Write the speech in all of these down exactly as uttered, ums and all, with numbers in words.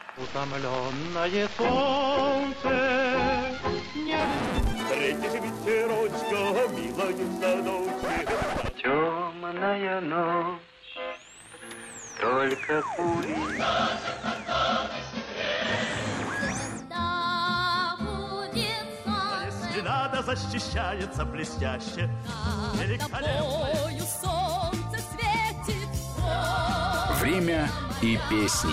Утомленное солнце не... Встретишь ветерочка, милая в садочке. Темная ночь, только пули. Если надо, защищается блестяще. Великолепно. Солнце светит. Время и песни.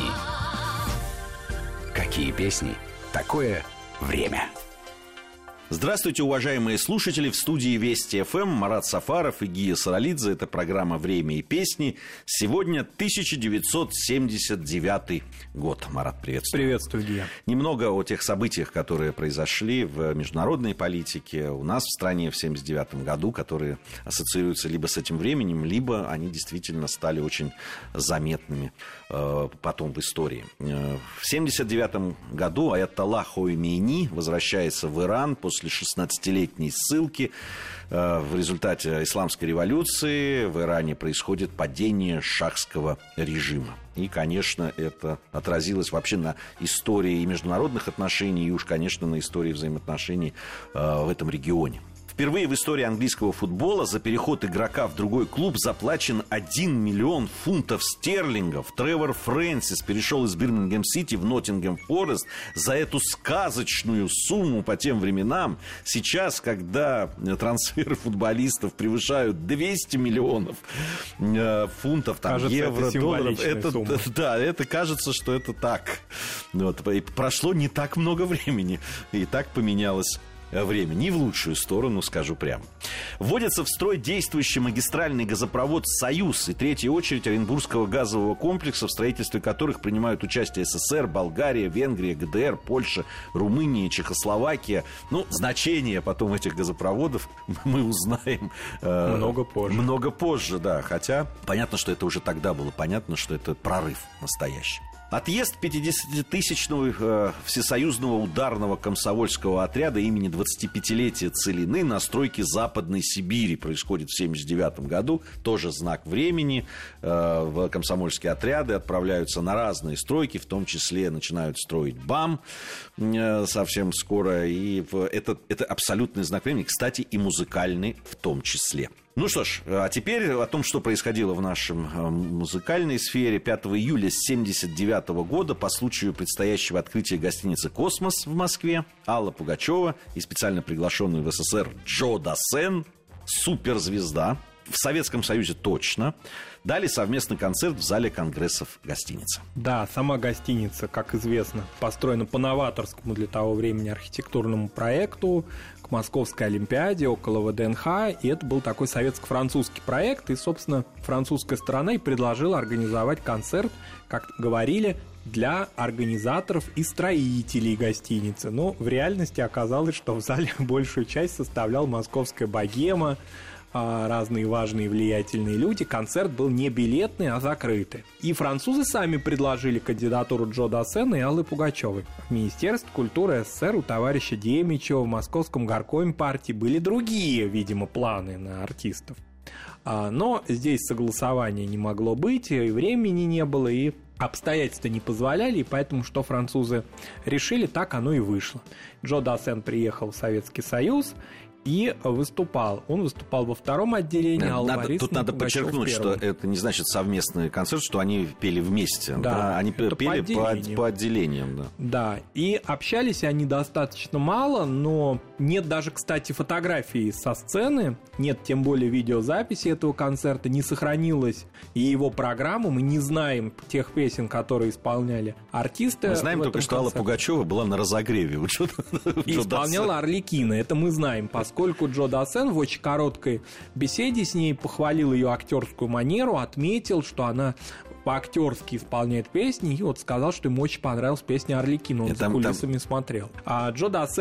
Какие песни? Такое время. Здравствуйте, уважаемые слушатели. В студии Вести ФМ Марат Сафаров и Гия Саралидзе. Это программа «Время и песни». Сегодня тысяча девятьсот семьдесят девятый год. Марат, приветствую. Приветствую, Гия. Немного о тех событиях, которые произошли в международной политике у нас в стране в семьдесят девятом году, которые ассоциируются либо с этим временем, либо они действительно стали очень заметными э, потом в истории. Э, в семьдесят девятом году аятолла Хомейни возвращается в Иран после После шестнадцатилетней ссылки. В результате исламской революции в Иране происходит падение шахского режима. И, конечно, это отразилось вообще на истории и международных отношений, и уж, конечно, на истории взаимоотношений в этом регионе. Впервые в истории английского футбола за переход игрока в другой клуб заплачен один миллион фунтов стерлингов. Тревор Фрэнсис перешел из Бирмингем-Сити в Ноттингем-Форест за эту сказочную сумму по тем временам. Сейчас, когда трансферы футболистов превышают двести миллионов э, фунтов, там, кажется, евро, это долларов, это, да, это кажется, что это так. Вот, и прошло не так много времени, и так поменялось время. Не в лучшую сторону, скажу прямо. Вводится в строй действующий магистральный газопровод «Союз» и третья очередь Оренбургского газового комплекса, в строительстве которых принимают участие СССР, Болгария, Венгрия, ГДР, Польша, Румыния, Чехословакия. Ну, значение потом этих газопроводов мы узнаем э, много позже. Много позже, да. Хотя понятно, что это уже тогда было понятно, что это прорыв настоящий. Отъезд пятидесятитысячного э, всесоюзного ударного комсомольского отряда имени двадцатипятилетия Целины на стройке Западной Сибири происходит в семьдесят девятом году. Тоже знак времени. Э, в комсомольские отряды отправляются на разные стройки, в том числе начинают строить БАМ э, совсем скоро. И в, это, это абсолютный знак времени, кстати, и музыкальный в том числе. Ну что ж, а теперь о том, что происходило в нашем музыкальной сфере. пятого июля семьдесят девятого года по случаю предстоящего открытия гостиницы «Космос» в Москве Алла Пугачева и специально приглашенный в СССР Джо Дассен, суперзвезда, в Советском Союзе точно, дали совместный концерт в зале конгрессов гостиницы. Да, сама гостиница, как известно, построена по новаторскому для того времени архитектурному проекту к Московской Олимпиаде около ВДНХ, и это был такой советско-французский проект, и, собственно, французская сторона и предложила организовать концерт, как говорили, для организаторов и строителей гостиницы. Но в реальности оказалось, что в зале большую часть составлял московская богема, разные важные влиятельные люди. Концерт был не билетный, а закрытый. И французы сами предложили кандидатуру Джо Дассена и Аллы Пугачевой. В Министерстве культуры СССР у товарища Демичева в Московском горкоме партии были другие, видимо, планы на артистов. Но здесь согласования не могло быть, и времени не было, и обстоятельства не позволяли, и поэтому, что французы решили, так оно и вышло. Джо Дассен приехал в Советский Союз и выступал. Он выступал во втором отделении, а Алла Борисовна Тут надо подчеркнуть, что это не значит совместный концерт, что они пели вместе. Да, да, они пели по отделениям. По, по отделениям да. Да, и общались они достаточно мало, но нет даже, кстати, фотографий со сцены, нет тем более видеозаписи этого концерта, не сохранилась и его программа, мы не знаем тех песен, которые исполняли артисты. Мы знаем только, что Алла Пугачева была на разогреве. И исполняла Арлекино, это мы знаем, поскольку Поскольку Джо Дассен в очень короткой беседе с ней похвалил ее актерскую манеру, отметил, что она по-актерски исполняет песни, и вот сказал, что ему очень понравилась песня «Арлекино». Он за кулисами там... смотрел. А Джо Дассен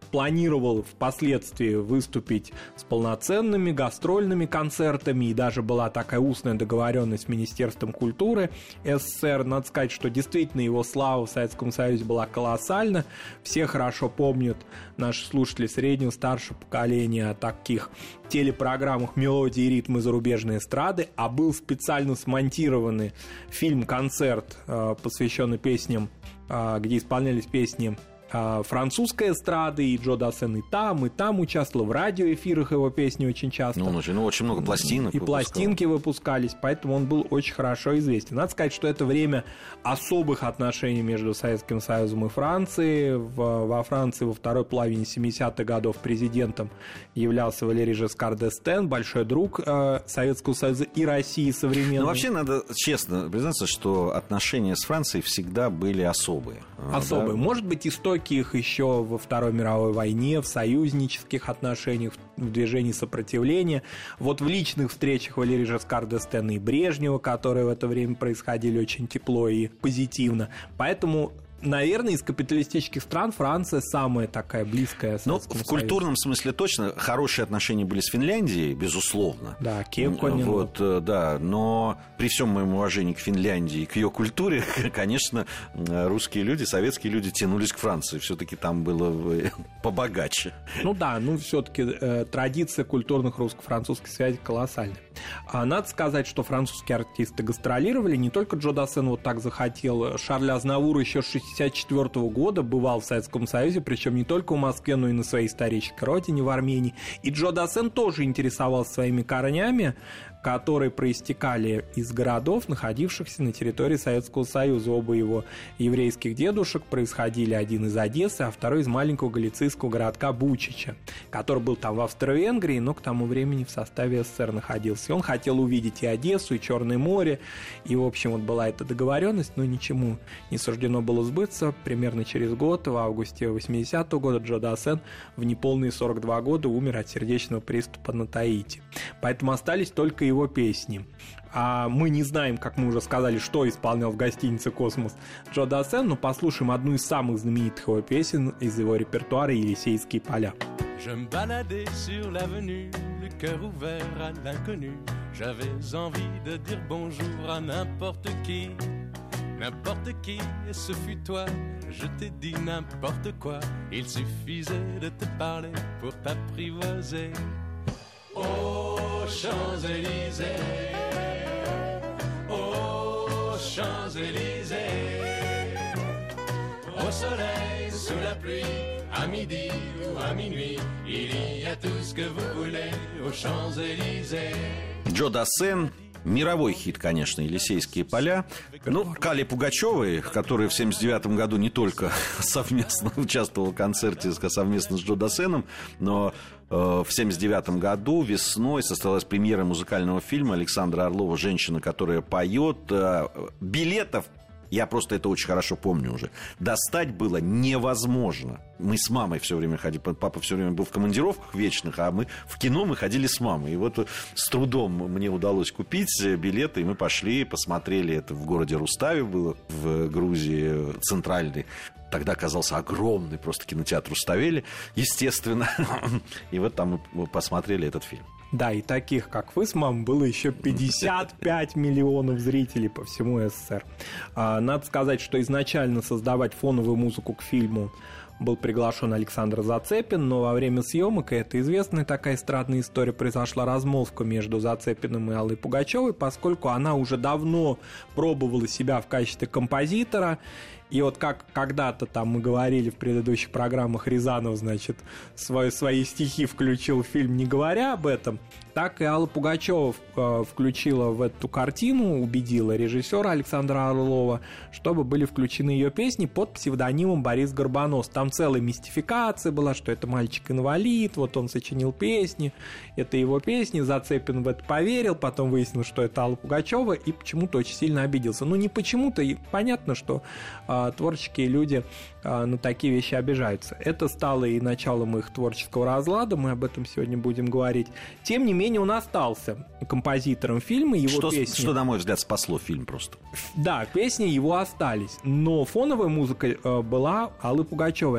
планировал впоследствии выступить с полноценными гастрольными концертами, и даже была такая устная договоренность с Министерством культуры СССР. Надо сказать, что действительно его слава в Советском Союзе была колоссальна. Все хорошо помнят, наши слушатели среднего, старшего поколения, о таких телепрограммах «Мелодии и ритмы зарубежной эстрады», а был специально смонтированный фильм-концерт, посвященный песням, где исполнялись песни французской эстрады, и Джо Дассен и там, и там участвовал, в радиоэфирах его песни очень часто. Ну, он очень, ну, очень много пластинок И выпускал. пластинки выпускались, поэтому он был очень хорошо известен. Надо сказать, что это время особых отношений между Советским Союзом и Францией. В, во Франции во второй половине семидесятых годов президентом являлся Валерий Жескар д'Эстен, большой друг э, Советского Союза и России современной. Ну, вообще, надо честно признаться, что отношения с Францией всегда были особые. Особые. Да? Может быть, истоки их еще во Второй мировой войне, в союзнических отношениях, в движении сопротивления. Вот в личных встречах Валерия Жескар д'Эстена и Брежнева, которые в это время происходили очень тепло и позитивно. Поэтому, наверное, из капиталистических стран Франция самая такая близкая Советскому Ну, в Союзу. культурном смысле точно. Хорошие отношения были с Финляндией, безусловно. Да, Кекконен. Вот, да, но при всем моем уважении к Финляндии и к ее культуре, конечно, русские люди, советские люди тянулись к Франции. Все-таки там было побогаче. Ну да, ну все-таки э, традиция культурных русско-французской связи колоссальная. А надо сказать, что французские артисты гастролировали. Не только Джо Дассен вот так захотел. Шарль Азнавур еще с шестьдесят четвёртого года бывал в Советском Союзе, причем не только в Москве, но и на своей исторической родине, в Армении. И Джо Дассен тоже интересовался своими корнями, которые проистекали из городов, находившихся на территории Советского Союза. Оба его еврейских дедушек происходили, один из Одессы, а второй из маленького галицийского городка Бучича, который был там в Австро-Венгрии, но к тому времени в составе СССР находился. И он хотел увидеть и Одессу, и Черное море, и, в общем, вот была эта договоренность, но ничему не суждено было сбыться. Примерно через год, в августе восьмидесятого года, Джо Дассен в неполные сорок два года умер от сердечного приступа на Таити. Поэтому остались только его песни. А мы не знаем, как мы уже сказали, что исполнял в гостинице «Космос» Джо Дассен, но послушаем одну из самых знаменитых его песен из его репертуара «Елисейские поля». Je me baladais sur l'avenue, le cœur ouvert à l'inconnu. J'avais envie de dire bonjour à n'importe qui, n'importe qui, et ce fut toi. Je t'ai dit n'importe quoi, il suffisait de te parler pour t'apprivoiser. Aux Champs-Élysées, aux Champs-Élysées, au soleil, sous la pluie, à midi ou à minuit, il y a tout ce que vous voulez aux Champs-Élysées. Джо Дассен. Мировой хит, конечно, «Елисейские поля». Ну, Кале Пугачевой, которая в семьдесят девятом году не только совместно участвовала в концерте совместно с Джо Дассеном, но э, в семьдесят девятом году весной состоялась премьера музыкального фильма Александра Орлова «Женщина, которая поет». Э, билетов, я просто это очень хорошо помню уже, достать было невозможно. Мы с мамой все время ходили, папа все время был в командировках вечных, а мы в кино мы ходили с мамой. И вот с трудом мне удалось купить билеты, и мы пошли, посмотрели это в городе Руставе, было в Грузии, центральный. Тогда оказался огромный просто кинотеатр Руставели, естественно. И вот там мы посмотрели этот фильм. Да, и таких, как вы с мамой, было еще пятьдесят пять миллионов зрителей по всему СССР. Надо сказать, что изначально создавать фоновую музыку к фильму был приглашен Александр Зацепин, но во время съемок, и это известная такая эстрадная история, произошла размолвка между Зацепиным и Аллой Пугачевой, поскольку она уже давно пробовала себя в качестве композитора. И вот как когда-то там мы говорили в предыдущих программах, Рязанов, значит, свои, свои стихи включил в фильм, не говоря об этом, так и Алла Пугачева э, включила в эту картину, убедила режиссера Александра Орлова, чтобы были включены ее песни под псевдонимом Борис Горбонос. Там целая мистификация была, что это мальчик-инвалид, вот он сочинил песни, это его песни, Зацепин в это поверил, потом выяснилось, что это Алла Пугачева, и почему-то очень сильно обиделся. Ну, не почему-то, и понятно, что э, творческие люди э, на такие вещи обижаются. Это стало и началом их творческого разлада, мы об этом сегодня будем говорить. Тем не менее, он остался композитором фильма, его что, песни... Что, на мой взгляд, спасло фильм просто. Да, песни его остались, но фоновая музыка э, была Аллы Пугачевой.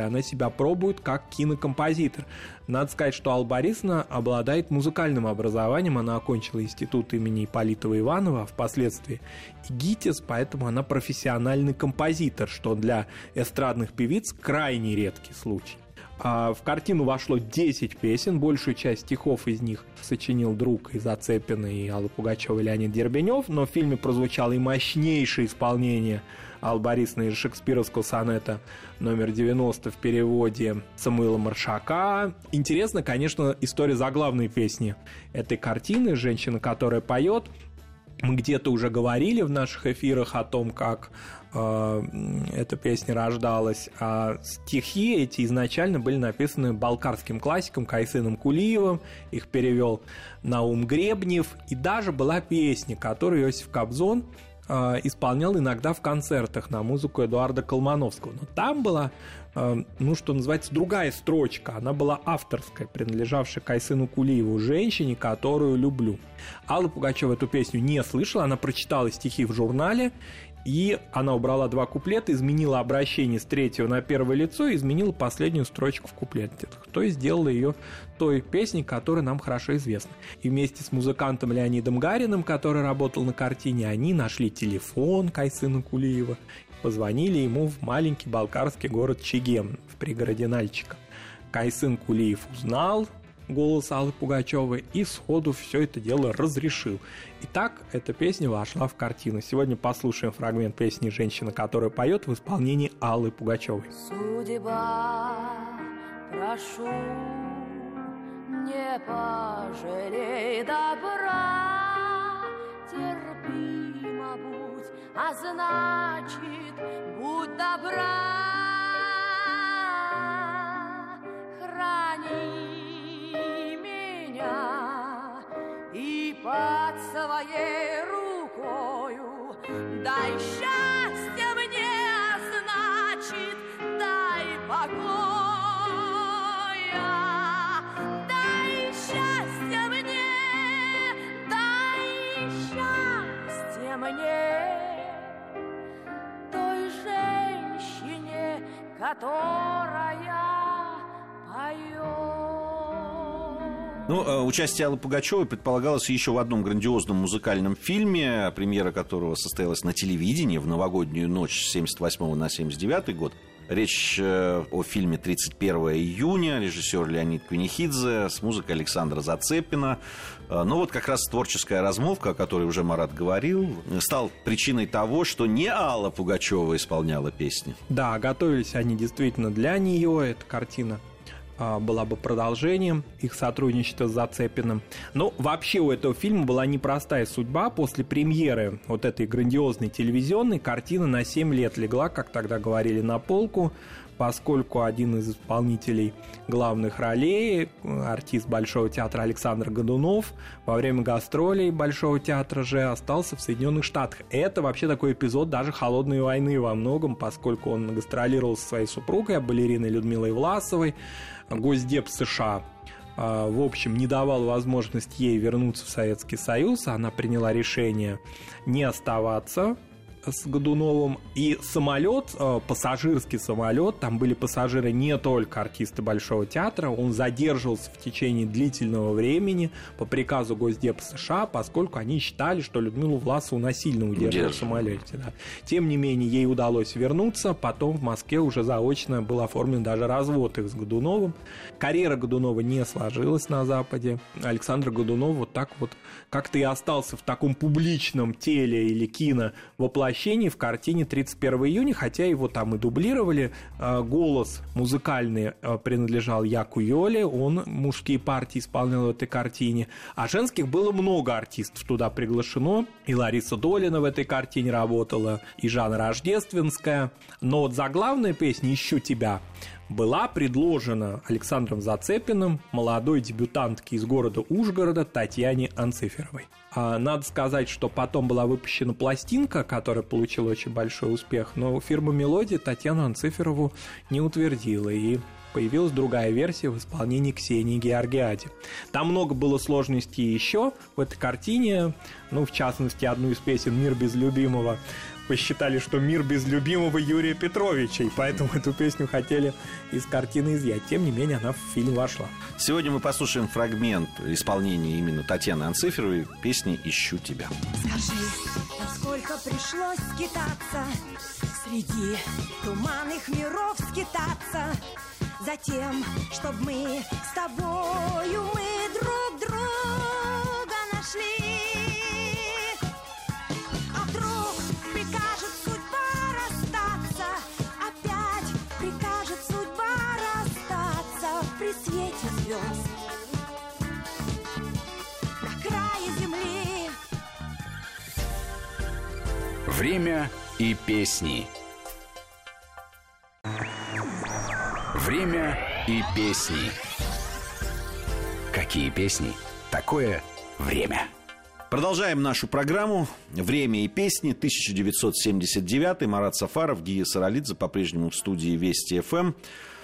Пугачевой. Она себя пробует как кинокомпозитор. Надо сказать, что Алла Борисовна обладает музыкальным образованием. Она окончила институт имени Ипполитова Иванова, а впоследствии и ГИТИС, поэтому она профессиональный композитор, что для эстрадных певиц крайне редкий случай. В картину вошло десять песен, большую часть стихов из них сочинил друг и Зацепина, и Аллы Пугачевой Леонид Дербенев, но в фильме прозвучало и мощнейшее исполнение Аллы Борисовны из шекспировского сонета номер девяносто в переводе Самуила Маршака. Интересно, конечно, история заглавной песни этой картины «Женщина, которая поет». Мы где-то уже говорили в наших эфирах о том, как э, эта песня рождалась, а стихи эти изначально были написаны балкарским классиком Кайсеном Кулиевым, их перевел Наум Гребнев, и даже была песня, которую Иосиф Кобзон э, исполнял иногда в концертах на музыку Эдуарда Колмановского. Но там была, э, ну, что называется, другая строчка, она была авторская, принадлежавшая Кайсену Кулиеву, «Женщине, которую люблю». Алла Пугачева эту песню не слышала, она прочитала стихи в журнале, и она убрала два куплета, изменила обращение с третьего на первое лицо и изменила последнюю строчку в куплете. То есть сделала ее той песней, которая нам хорошо известна. И вместе с музыкантом Леонидом Гариным, который работал на картине, они нашли телефон Кайсына Кулиева, позвонили ему в маленький балкарский город Чегем в пригороде Нальчика. Кайсын Кулиев узнал голос Аллы Пугачевой и сходу все это дело разрешил. Итак, эта песня вошла в картину. Сегодня послушаем фрагмент песни «Женщина, которая поет» в исполнении Аллы Пугачевой. Судьба, прошу, не пожалей добра, терпимо будь, а значит, будь добра, храни и под своей рукою дай счастье мне, а значит, дай покоя, дай счастье мне, дай счастье мне, той женщине, которая поет. Ну, участие Аллы Пугачевой предполагалось еще в одном грандиозном музыкальном фильме, премьера которого состоялась на телевидении в новогоднюю ночь с семьдесят восьмого на семьдесят девятый год. Речь о фильме «тридцать первого июня», режиссер Леонид Кунихидзе, с музыкой Александра Зацепина. Но вот как раз творческая размолвка, о которой уже Марат говорил, стал причиной того, что не Алла Пугачева исполняла песни. Да, готовились они действительно для нее, эта картина была бы продолжением их сотрудничества с Зацепиным. Но вообще у этого фильма была непростая судьба. После премьеры вот этой грандиозной телевизионной картина на семь лет легла, как тогда говорили, на полку, поскольку один из исполнителей главных ролей, артист Большого театра Александр Годунов, во время гастролей Большого театра же остался в Соединенных Штатах. Это вообще такой эпизод даже «Холодной войны» во многом, поскольку он гастролировал со своей супругой, балериной Людмилой Власовой. Госдеп США, в общем, не давал возможность ей вернуться в Советский Союз. Она приняла решение не оставаться с Годуновым. И самолет, пассажирский самолет, там были пассажиры не только артисты Большого театра, он задерживался в течение длительного времени по приказу Госдепа США, поскольку они считали, что Людмилу Власову насильно удерживают в самолете. Да. Тем не менее, ей удалось вернуться, потом в Москве уже заочно был оформлен даже развод их с Годуновым. Карьера Годунова не сложилась на Западе. Александр Годунов вот так вот как-то и остался в таком публичном теле или кино воплощении в картине тридцать первого июня, хотя его там и дублировали. Голос музыкальный принадлежал Яку Йоле, он мужские партии исполнял в этой картине, а женских было много артистов туда приглашено, и Лариса Долина в этой картине работала, и Жанна Рождественская, но вот заглавная песня «Ищу тебя» была предложена Александром Зацепиным молодой дебютантке из города Ужгорода Татьяне Анциферовой. Надо сказать, что потом была выпущена пластинка, которая получила очень большой успех, но фирма «Мелодия» Татьяну Анциферову не утвердила, и появилась другая версия в исполнении Ксении Георгиади. Там много было сложностей еще в этой картине, ну, в частности, одну из песен «Мир без любимого» посчитали, что мир без любимого Юрия Петровича, и поэтому эту песню хотели из картины изъять. Тем не менее, она в фильм вошла. Сегодня мы послушаем фрагмент исполнения именно Татьяны Анциферовой песни «Ищу тебя». Скажи, насколько пришлось скитаться, среди туманных миров скитаться, затем, чтоб мы с тобою мы друг друга нашли. А вдруг прикажет судьба расстаться, опять прикажет судьба расстаться при свете звезд на крае земли. Время и песни. Время и песни. Какие песни? Такое время. Продолжаем нашу программу «Время и песни», тысяча девятьсот семьдесят девятый. Марат Сафаров, Гия Саралидзе по-прежнему в студии Вести эф эм.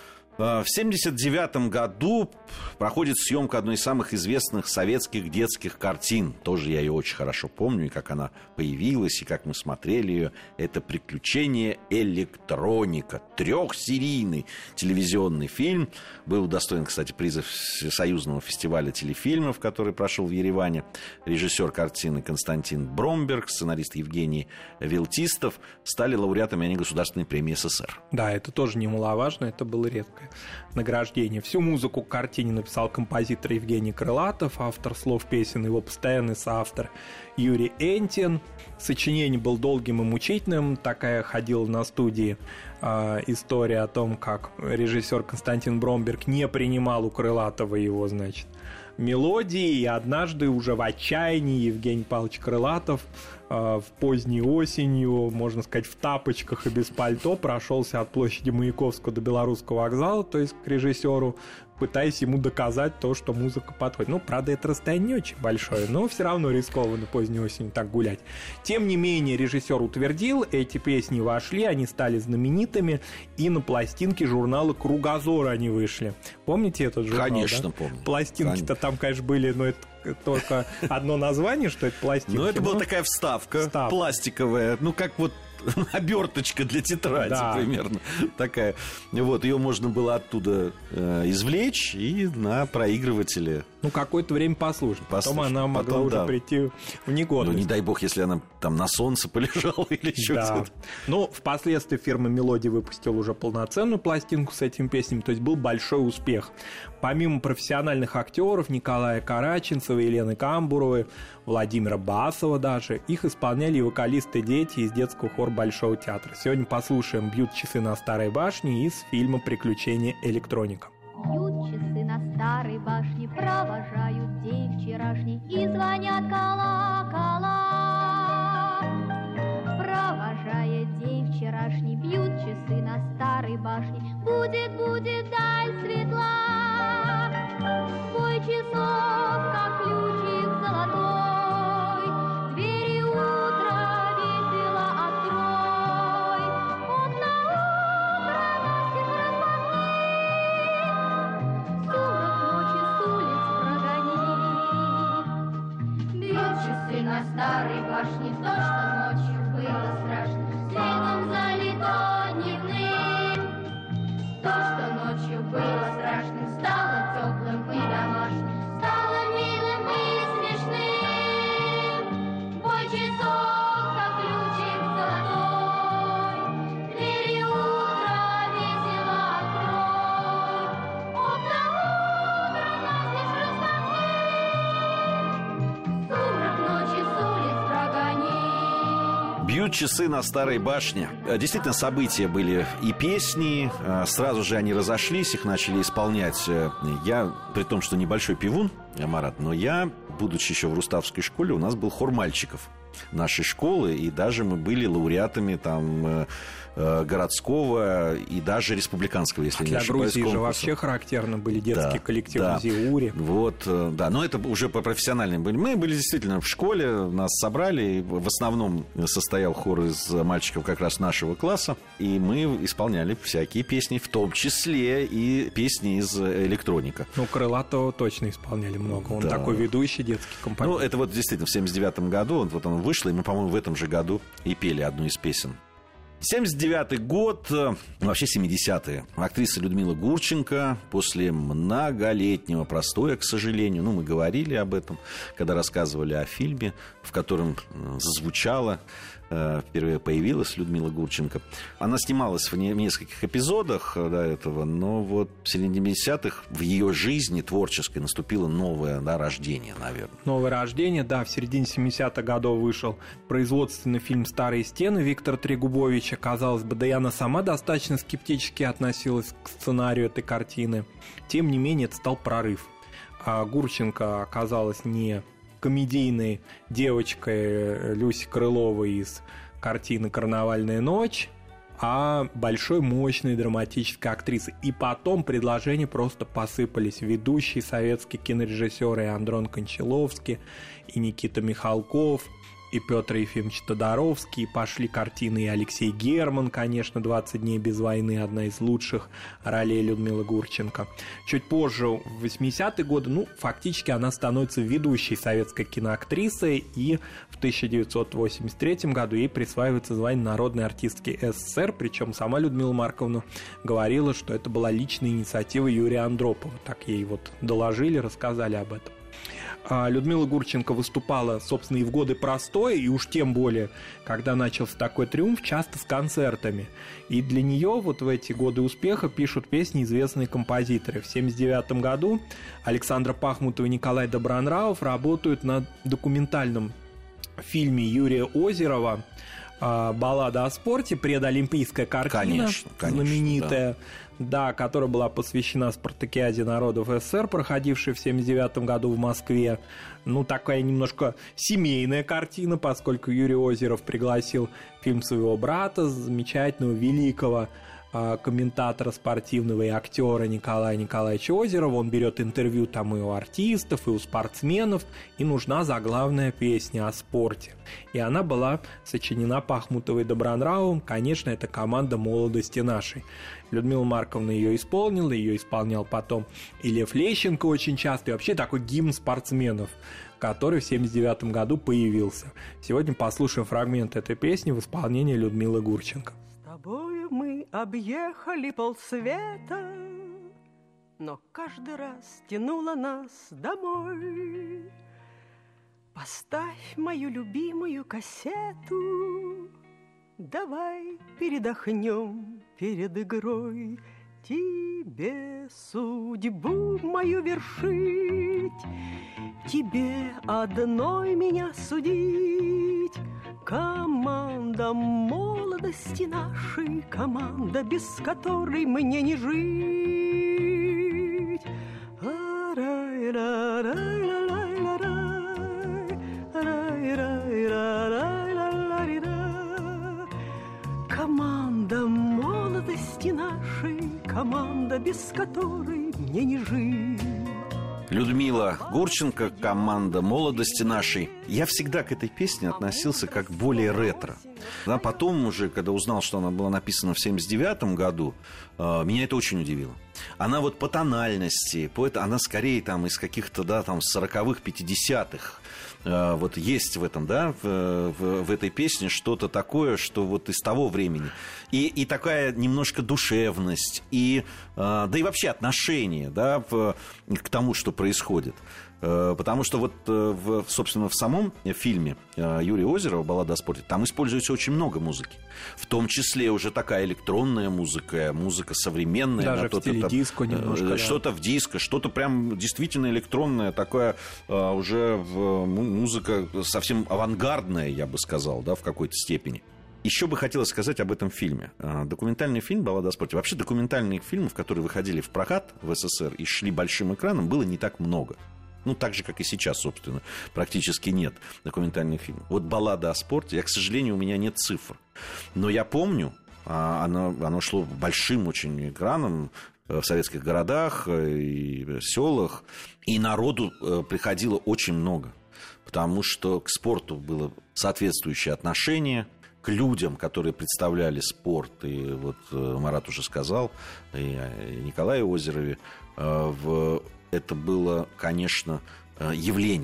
В семьдесят девятом году проходит съемка одной из самых известных советских детских картин. Тоже я ее очень хорошо помню, и как она появилась, и как мы смотрели ее. Это «Приключения электроника». Трехсерийный телевизионный фильм. Был удостоен, кстати, приза Союзного фестиваля телефильмов, который прошел в Ереване. Режиссер картины Константин Бромберг, сценарист Евгений Вилтистов стали лауреатами Государственной премии эс эс эс эр. Да, это тоже немаловажно, это было редкое награждение. Всю музыку к картине написал композитор Евгений Крылатов, автор слов песен, его постоянный соавтор Юрий Энтин. Сочинение было долгим и мучительным. Такая ходила на студии э, история о том, как режиссер Константин Бромберг не принимал у Крылатова его, значит, мелодии, и однажды уже в отчаянии Евгений Павлович Крылатов э, в поздней осенью, можно сказать, в тапочках и без пальто прошелся от площади Маяковского до Белорусского вокзала, то есть к режиссеру, пытаясь ему доказать то, что музыка подходит. Ну, правда, это расстояние не очень большое, но все равно рискованно поздней осенью так гулять. Тем не менее, режиссер утвердил, эти песни вошли, они стали знаменитыми, и на пластинке журнала «Кругозор» они вышли. Помните этот журнал? Конечно, да? помню. Пластинки-то там, конечно, были, но это только одно название, что это пластинки. Ну, это была такая вставка, вставка пластиковая, ну, как вот оберточка для тетради, да, примерно такая. Вот, ее можно было оттуда э, извлечь и на проигрывателе. Ну, какое-то время послушать. послушать. Потом она могла Потом, уже да. прийти в негодность. Ну, не дай бог, если она там на солнце полежала или еще да. где-то. Ну, впоследствии фирма «Мелодия» выпустила уже полноценную пластинку с этими песнями, то есть был большой успех. Помимо профессиональных актеров Николая Караченцева, Елены Камбуровой, Владимира Басова даже, их исполняли и вокалисты-дети из детского хора Большого театра. Сегодня послушаем «Бьют часы на старой башне» из фильма «Приключения электроника». Бьют часы на старой башне, провожают день вчерашний, и звонят колокола. Провожая день вчерашний, бьют часы на старой башне. Будет, будет даль светла, бой часов, как ключик золотой, двери утра весело открой, окна утра настежь распахни, сумрак ночи с улиц прогони. Бьют часы на старой башне, то, что ночью было страшно, светом залито дневным. То, что ночью было страшным, стало теплым и домашним, стало милым и смешным. Бой часов, как ключик золотой, двери утра весело открой, окна утра настежь распахни, сумрак ночи с улиц прогони. Бьют часы на старой башне. Действительно, события были и песни. Сразу же они разошлись, их начали исполнять. Я, при том, что небольшой певун, Марат, но я, будучи еще в Руставской школе, у нас был хор мальчиков нашей школы, и даже мы были лауреатами там городского и даже республиканского, если для не ошибаюсь, Грузии конкурса. Же вообще характерно были детские да, коллективы да. Зиури. Вот, да, но это уже по профессиональным были. Мы были действительно в школе, нас собрали, и в основном состоял хор из мальчиков как раз нашего класса, и мы исполняли всякие песни, в том числе и песни из электроника. Ну, Крылатова точно исполняли много, он да. такой ведущий детский композитор. Ну, это вот действительно в семьдесят девятом году, вот он вышла, и мы, по-моему, в этом же году и пели одну из песен. семьдесят девятый год, вообще семидесятые. Актриса Людмила Гурченко после многолетнего простоя, к сожалению, ну, мы говорили об этом, когда рассказывали о фильме, в котором зазвучала, впервые появилась Людмила Гурченко. Она снималась в нескольких эпизодах до этого, но вот в семидесятых в ее жизни творческой наступило новое, да, рождение, наверное. Новое рождение, да, в середине семидесятых годов вышел производственный фильм «Старые стены» Виктора Трегубовича. Казалось бы, да и она сама достаточно скептически относилась к сценарию этой картины. Тем не менее, это стал прорыв. А Гурченко оказалась не комедийной девочкой Люси Крыловой из картины «Карнавальная ночь», а большой, мощной драматической актрисой. И потом предложения просто посыпались. Ведущие советские кинорежиссеры и Андрон Кончаловский, и Никита Михалков, и Петр Ефимович Тодоровский, и пошли картины и Алексей Герман, конечно, «двадцать дней без войны», одна из лучших ролей Людмилы Гурченко. Чуть позже, в восьмидесятые годы, ну, фактически она становится ведущей советской киноактрисой, и в тысяча девятьсот восемьдесят третьем году ей присваивается звание народной артистки СССР, причем сама Людмила Марковна говорила, что это была личная инициатива Юрия Андропова. Так ей вот доложили, рассказали об этом. Людмила Гурченко выступала, собственно, и в годы простоя, и уж тем более, когда начался такой триумф, часто с концертами. И для нее вот в эти годы успеха пишут песни известные композиторы. В семьдесят девятом году Александра Пахмутова и Николай Добронравов работают над документальном фильме Юрия Озерова «Баллада о спорте», предолимпийская картина, конечно, конечно, знаменитая, да. Да, которая была посвящена спартакиаде народов СССР, проходившей в семьдесят девятом году в Москве. Ну, такая немножко семейная картина, поскольку Юрий Озеров пригласил в фильм своего брата, замечательного, великого комментатора спортивного и актера Николая Николаевича Озерова. Он берет интервью там и у артистов, и у спортсменов, и нужна заглавная песня о спорте. И она была сочинена Пахмутовой и Добронравовым. Конечно, это «Команда молодости нашей». Людмила Марковна ее исполнила, ее исполнял потом и Лев Лещенко очень часто, и вообще такой гимн спортсменов, который в семьдесят девятом году появился. Сегодня послушаем фрагмент этой песни в исполнении Людмилы Гурченко. С тобою мы объехали полсвета, но каждый раз тянуло нас домой. Поставь мою любимую кассету, давай передохнем перед игрой. Тебе судьбу мою вершить, тебе одной меня судить. Команда молодости нашей, команда, без которой мне не жить. Команда молодости нашей, команда, без которой мне не жить. Людмила Гурченко, «Команда молодости нашей». Я всегда к этой песне относился как более ретро. Да, потом уже, когда узнал, что она была написана в семьдесят девятом году, э, меня это очень удивило. Она вот по тональности, по это, она скорее там из каких-то, да, там сороковых, пятидесятых. Э, вот есть в этом, да, в, в, в этой песне что-то такое, что вот из того времени. И, и такая немножко душевность, и, э, да и вообще отношение, да, в, к тому, что происходит. Потому что вот, в, собственно, в самом фильме Юрия Озерова «Баллада о спорте» там используется очень много музыки. В том числе уже такая электронная музыка, музыка современная. Даже в стиле диско немножко. Что-то да. в диско, что-то прям действительно электронное, такая уже музыка совсем авангардная, я бы сказал, да, в какой-то степени. Еще бы хотелось сказать об этом фильме. Документальный фильм «Баллада о спорте». Вообще документальных фильмов, которые выходили в прокат в СССР и шли большим экраном, было не так много. Ну, так же, как и сейчас, собственно, практически нет документальных фильмов. Вот «Баллада о спорте», я, к сожалению, у меня нет цифр. Но я помню, оно, оно шло большим очень экраном в советских городах и селах, и народу приходило очень много, потому что к спорту было соответствующее отношение, к людям, которые представляли спорт, и вот Марат уже сказал, и Николае Озерове, в... это было, конечно, явление.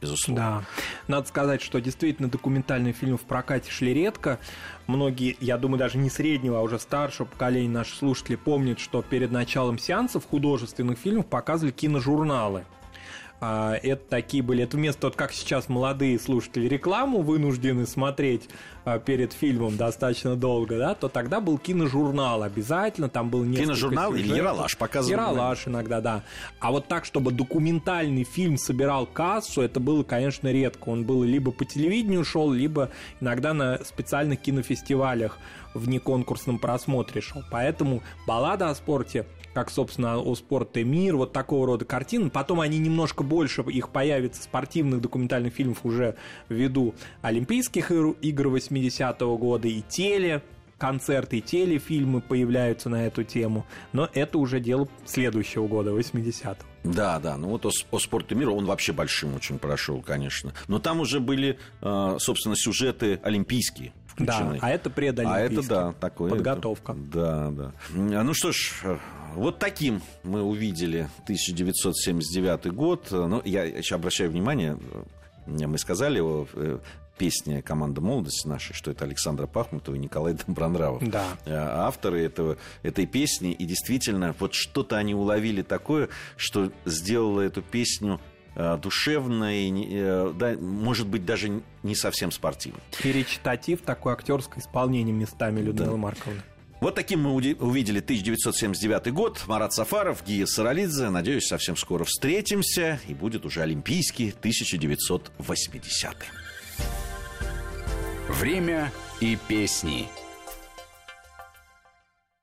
безусловно. Да. Надо сказать, что действительно документальные фильмы в прокате шли редко. Многие, я думаю, даже не среднего, а уже старшего поколения наших слушателей помнят, что перед началом сеансов художественных фильмов показывали киножурналы. Это такие были, это вместо, вот как сейчас молодые слушатели рекламу вынуждены смотреть перед фильмом достаточно долго, да, то тогда был киножурнал обязательно, там был несколько киножурнал сюжетов. Или Ералаш показывали. Ералаш иногда, да. А вот так, чтобы документальный фильм собирал кассу, это было, конечно, редко. Он был либо по телевидению шел, либо иногда на специальных кинофестивалях в неконкурсном просмотре шел. Поэтому «Баллада о спорте», как, собственно, «О спорт и мир», вот такого рода картины. Потом они немножко больше, их появится, спортивных документальных фильмов уже ввиду Олимпийских игр восьмидесятого года и теле, концерты, и телефильмы появляются на эту тему. Но это уже дело следующего года, восьмидесятого. Да, да, ну вот о, о спорте мира он вообще большим очень прошел, конечно. Но там уже были, собственно, сюжеты олимпийские включены. Да, а это предолимпийский. А это, да, такое. Подготовка. Да, да. Ну что ж, вот таким мы увидели тысяча девятьсот семьдесят девятый год. Ну, я еще обращаю внимание, мы сказали о песне «Команда молодости» нашей, что это Александра Пахмутова и Николай Добронравов. Да. Авторы этого, этой песни. И действительно, вот что-то они уловили такое, что сделало эту песню душевной, да, может быть, даже не совсем спортивной. И речитатив, такое актерское исполнение местами Людмилы да. Марковны. Вот таким мы увидели тысяча девятьсот семьдесят девятый год. Марат Сафаров, Гия Саралидзе. Надеюсь, совсем скоро встретимся. И будет уже олимпийский тысяча девятьсот восьмидесятый. Время и песни.